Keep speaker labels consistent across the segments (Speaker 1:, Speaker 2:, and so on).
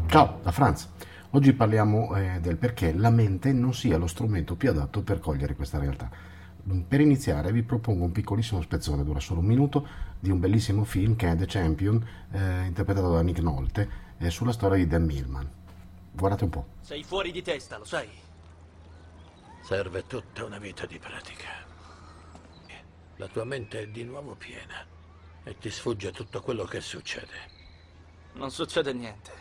Speaker 1: Ciao, da Franz. Oggi parliamo del perché la mente non sia lo strumento più adatto per cogliere questa realtà. Per iniziare vi propongo un piccolissimo spezzone, dura solo un minuto, di un bellissimo film che è The Champion, interpretato da Nick Nolte, sulla storia di Dan Millman. Guardate un po'.
Speaker 2: Sei fuori di testa, lo sai?
Speaker 3: Serve tutta una vita di pratica. La tua mente è di nuovo piena e ti sfugge tutto quello che succede.
Speaker 2: Non succede niente.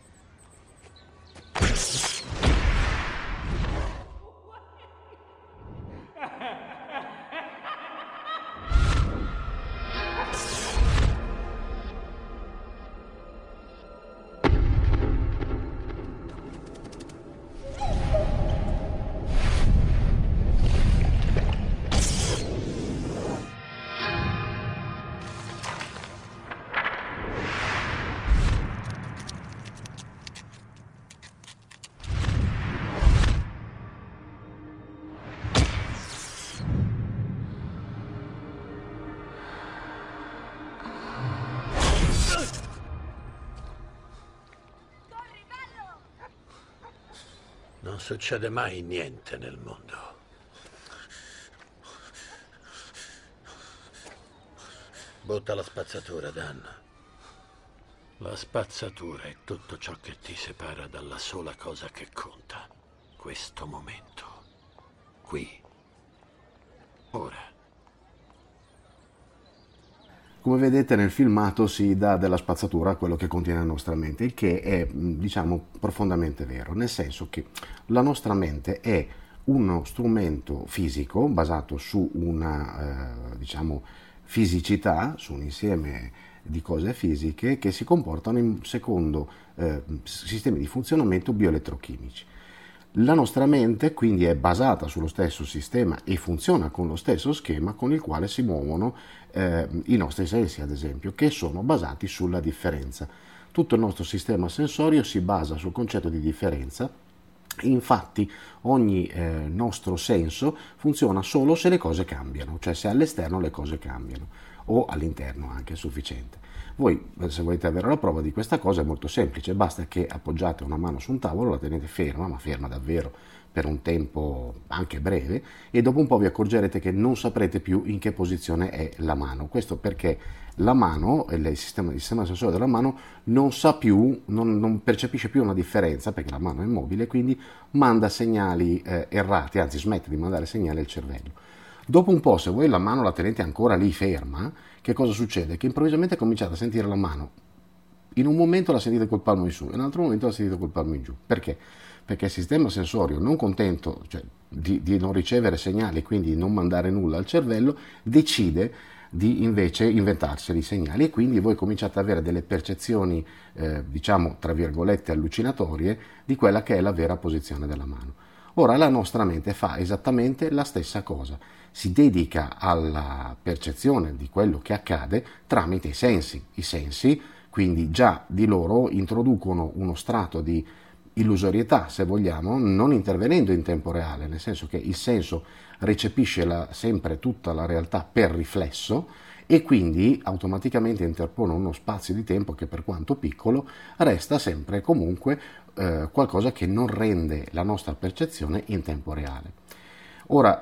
Speaker 3: Non succede mai niente nel mondo. Butta la spazzatura, Dan. La spazzatura è tutto ciò che ti separa dalla sola cosa che conta. Questo momento. Qui. Ora.
Speaker 1: Come vedete nel filmato si dà della spazzatura a quello che contiene la nostra mente, il che è, diciamo, profondamente vero, nel senso che la nostra mente è uno strumento fisico basato su una, diciamo, fisicità, su un insieme di cose fisiche che si comportano secondo sistemi di funzionamento bioelettrochimici. La nostra mente quindi è basata sullo stesso sistema e funziona con lo stesso schema con il quale si muovono i nostri sensi, ad esempio, che sono basati sulla differenza. Tutto il nostro sistema sensorio si basa sul concetto di differenza. Infatti ogni nostro senso funziona solo se le cose cambiano, cioè se all'esterno le cose cambiano o all'interno anche è sufficiente. Voi, se volete avere la prova di questa cosa, è molto semplice, basta che appoggiate una mano su un tavolo, la tenete ferma, ma ferma davvero per un tempo anche breve, e dopo un po' vi accorgerete che non saprete più in che posizione è la mano. Questo perché la mano, il sistema sensore della mano, non sa più, non percepisce più una differenza, perché la mano è immobile, quindi manda segnali errati, anzi smette di mandare segnali al cervello. Dopo un po', se voi la mano la tenete ancora lì ferma, che cosa succede? Che improvvisamente cominciate a sentire la mano. In un momento la sentite col palmo in su, in un altro momento la sentite col palmo in giù. Perché? Perché il sistema sensorio, non contento, cioè, di non ricevere segnali e quindi di non mandare nulla al cervello, decide di invece inventarseli i segnali, e quindi voi cominciate ad avere delle percezioni, diciamo, tra virgolette, allucinatorie di quella che è la vera posizione della mano. Ora la nostra mente fa esattamente la stessa cosa, si dedica alla percezione di quello che accade tramite i sensi. I sensi quindi già di loro introducono uno strato di illusorietà, se vogliamo, non intervenendo in tempo reale, nel senso che il senso recepisce sempre tutta la realtà per riflesso e quindi automaticamente interpone uno spazio di tempo che, per quanto piccolo, resta sempre comunque qualcosa che non rende la nostra percezione in tempo reale. Ora,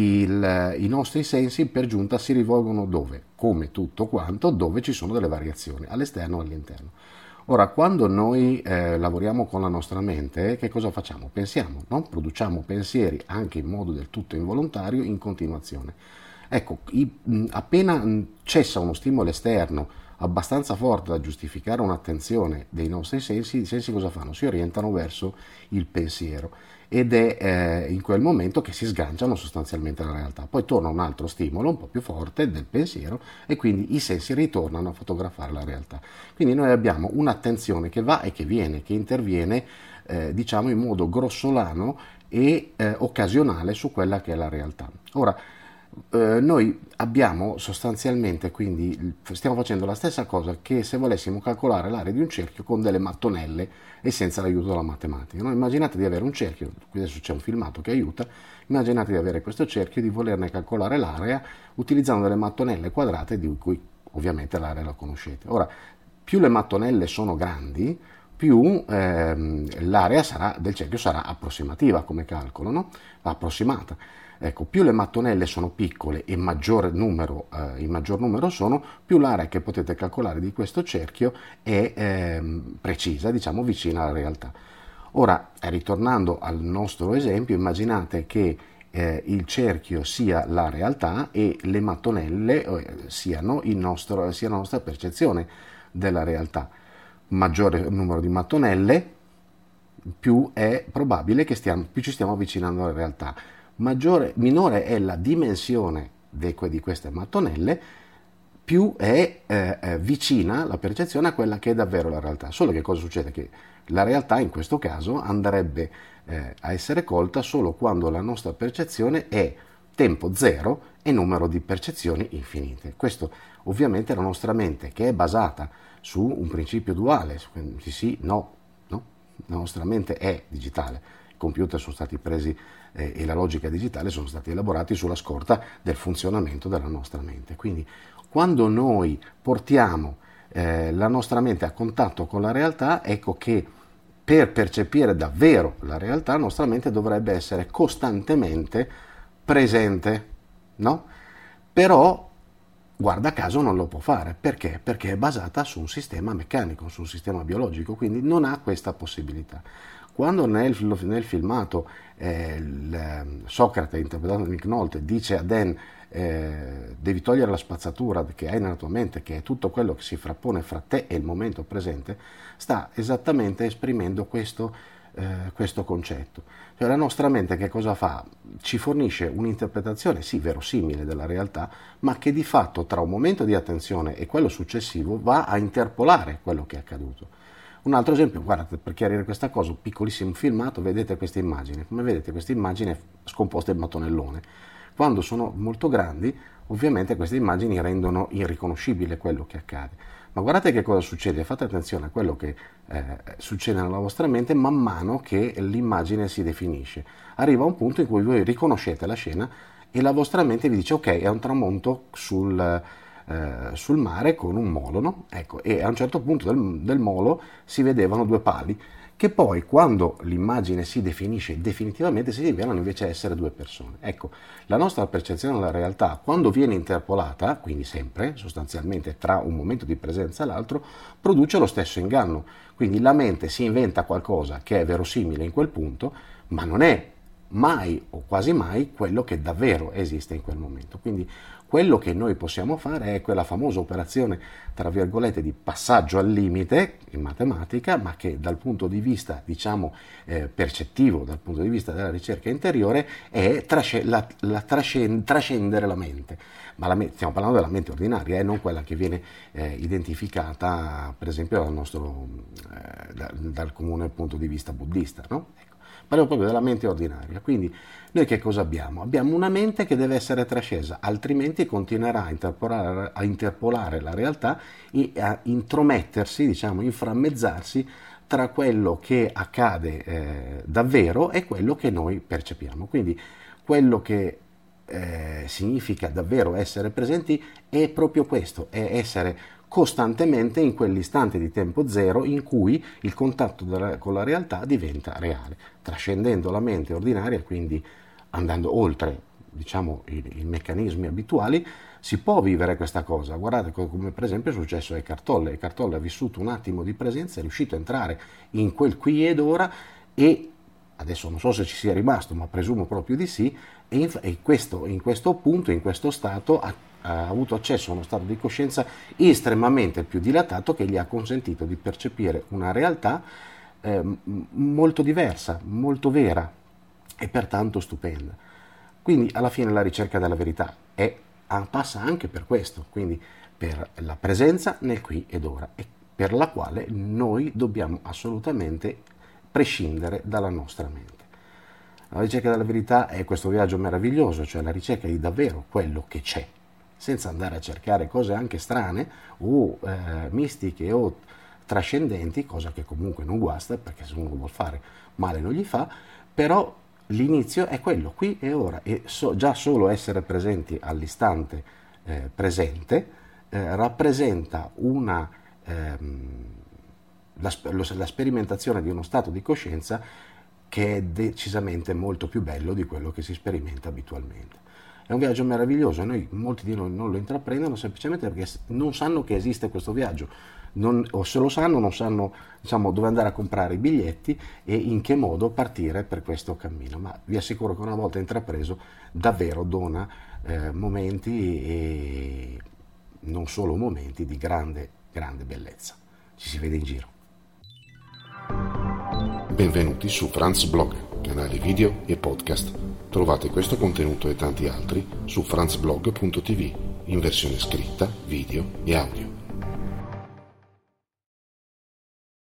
Speaker 1: i nostri sensi per giunta si rivolgono dove? Come tutto quanto, dove ci sono delle variazioni, all'esterno e all'interno. Ora, quando noi lavoriamo con la nostra mente, che cosa facciamo? Pensiamo, no? Produciamo pensieri anche in modo del tutto involontario in continuazione. Ecco, appena cessa uno stimolo esterno abbastanza forte da giustificare un'attenzione dei nostri sensi, i sensi cosa fanno? Si orientano verso il pensiero ed è in quel momento che si sganciano sostanzialmente dalla realtà. Poi torna un altro stimolo un po' più forte del pensiero e quindi i sensi ritornano a fotografare la realtà. Quindi noi abbiamo un'attenzione che va e che viene, che interviene diciamo in modo grossolano e occasionale su quella che è la realtà. Ora, noi abbiamo sostanzialmente, quindi stiamo facendo la stessa cosa che se volessimo calcolare l'area di un cerchio con delle mattonelle e senza l'aiuto della matematica, no? Immaginate di avere un cerchio, qui adesso c'è un filmato che aiuta, immaginate di avere questo cerchio e di volerne calcolare l'area utilizzando delle mattonelle quadrate di cui ovviamente l'area la conoscete. Ora, più le mattonelle sono grandi, più l'area del cerchio sarà approssimativa come calcolo, no? Approssimata. Ecco, più le mattonelle sono piccole e il maggior numero sono, più l'area che potete calcolare di questo cerchio è precisa, diciamo vicina alla realtà. Ora, ritornando al nostro esempio, immaginate che il cerchio sia la realtà e le mattonelle siano la nostra percezione della realtà. Maggiore numero di mattonelle, più è probabile che più ci stiamo avvicinando alla realtà. Minore è la dimensione di queste mattonelle, più è vicina la percezione a quella che è davvero la realtà. Solo che cosa succede? Che la realtà in questo caso andrebbe a essere colta solo quando la nostra percezione è tempo zero e numero di percezioni infinite. Questo ovviamente la nostra mente, che è basata su un principio duale, sì, no, no, la nostra mente è digitale, i computer sono stati presi e la logica digitale sono stati elaborati sulla scorta del funzionamento della nostra mente. Quindi quando noi portiamo la nostra mente a contatto con la realtà, ecco che per percepire davvero la realtà, la nostra mente dovrebbe essere costantemente presente, no? Però, guarda caso, non lo può fare. Perché? Perché è basata su un sistema meccanico, su un sistema biologico, quindi non ha questa possibilità. Quando nel filmato Socrate, interpretato da Nick Nolte, dice a Dan devi togliere la spazzatura che hai nella tua mente, che è tutto quello che si frappone fra te e il momento presente, sta esattamente esprimendo questo concetto. Cioè la nostra mente che cosa fa? Ci fornisce un'interpretazione, sì, verosimile della realtà, ma che di fatto tra un momento di attenzione e quello successivo va a interpolare quello che è accaduto. Un altro esempio, guardate, per chiarire questa cosa, un piccolissimo filmato, vedete questa immagine. Come vedete questa immagine è scomposta in mattonellone. Quando sono molto grandi, ovviamente queste immagini rendono irriconoscibile quello che accade. Ma guardate che cosa succede, fate attenzione a quello che succede nella vostra mente man mano che l'immagine si definisce. Arriva un punto in cui voi riconoscete la scena e la vostra mente vi dice ok, è un tramonto sul mare con un molo, no? Ecco, e a un certo punto del molo si vedevano due pali, che poi quando l'immagine si definisce definitivamente si rivelano invece essere due persone. Ecco, la nostra percezione della realtà, quando viene interpolata, quindi sempre, sostanzialmente tra un momento di presenza e l'altro, produce lo stesso inganno. Quindi la mente si inventa qualcosa che è verosimile in quel punto, ma non è mai o quasi mai quello che davvero esiste in quel momento. Quindi quello che noi possiamo fare è quella famosa operazione, tra virgolette, di passaggio al limite in matematica, ma che dal punto di vista, diciamo, percettivo, dal punto di vista della ricerca interiore, è trascendere la mente. Ma stiamo parlando della mente ordinaria, non quella che viene identificata, per esempio, dal comune punto di vista buddista, no? Parliamo proprio della mente ordinaria. Quindi noi che cosa abbiamo? Abbiamo una mente che deve essere trascesa, altrimenti continuerà a interpolare la realtà e a intromettersi, diciamo, inframmezzarsi tra quello che accade davvero e quello che noi percepiamo. Quindi quello che significa davvero essere presenti è proprio questo, è essere costantemente in quell'istante di tempo zero in cui il contatto con la realtà diventa reale, trascendendo la mente ordinaria, quindi andando oltre, diciamo, i meccanismi abituali. Si può vivere questa cosa. Guardate come per esempio è successo a Eckhart Tolle. Eckhart Tolle ha vissuto un attimo di presenza, è riuscito a entrare in quel qui ed ora e adesso non so se ci sia rimasto, ma presumo proprio di sì, e in questo punto, in questo stato, ha avuto accesso a uno stato di coscienza estremamente più dilatato che gli ha consentito di percepire una realtà molto diversa, molto vera e pertanto stupenda. Quindi alla fine la ricerca della verità passa anche per questo, quindi per la presenza nel qui ed ora, e per la quale noi dobbiamo assolutamente prescindere dalla nostra mente. La ricerca della verità è questo viaggio meraviglioso, cioè la ricerca di davvero quello che c'è, senza andare a cercare cose anche strane o mistiche o trascendenti, cosa che comunque non guasta, perché se uno vuol fare male non gli fa, però l'inizio è quello, qui e ora, e già solo essere presenti all'istante presente rappresenta la sperimentazione di uno stato di coscienza che è decisamente molto più bello di quello che si sperimenta abitualmente. È un viaggio meraviglioso e molti di noi non lo intraprendono semplicemente perché non sanno che esiste questo viaggio, o se lo sanno non sanno, diciamo, dove andare a comprare i biglietti e in che modo partire per questo cammino, ma vi assicuro che una volta intrapreso davvero dona momenti e non solo momenti di grande bellezza. Ci si vede in giro.
Speaker 4: Benvenuti su Franz Blog, canale video e podcast. Trovate questo contenuto e tanti altri su franzblog.tv in versione scritta, video e audio.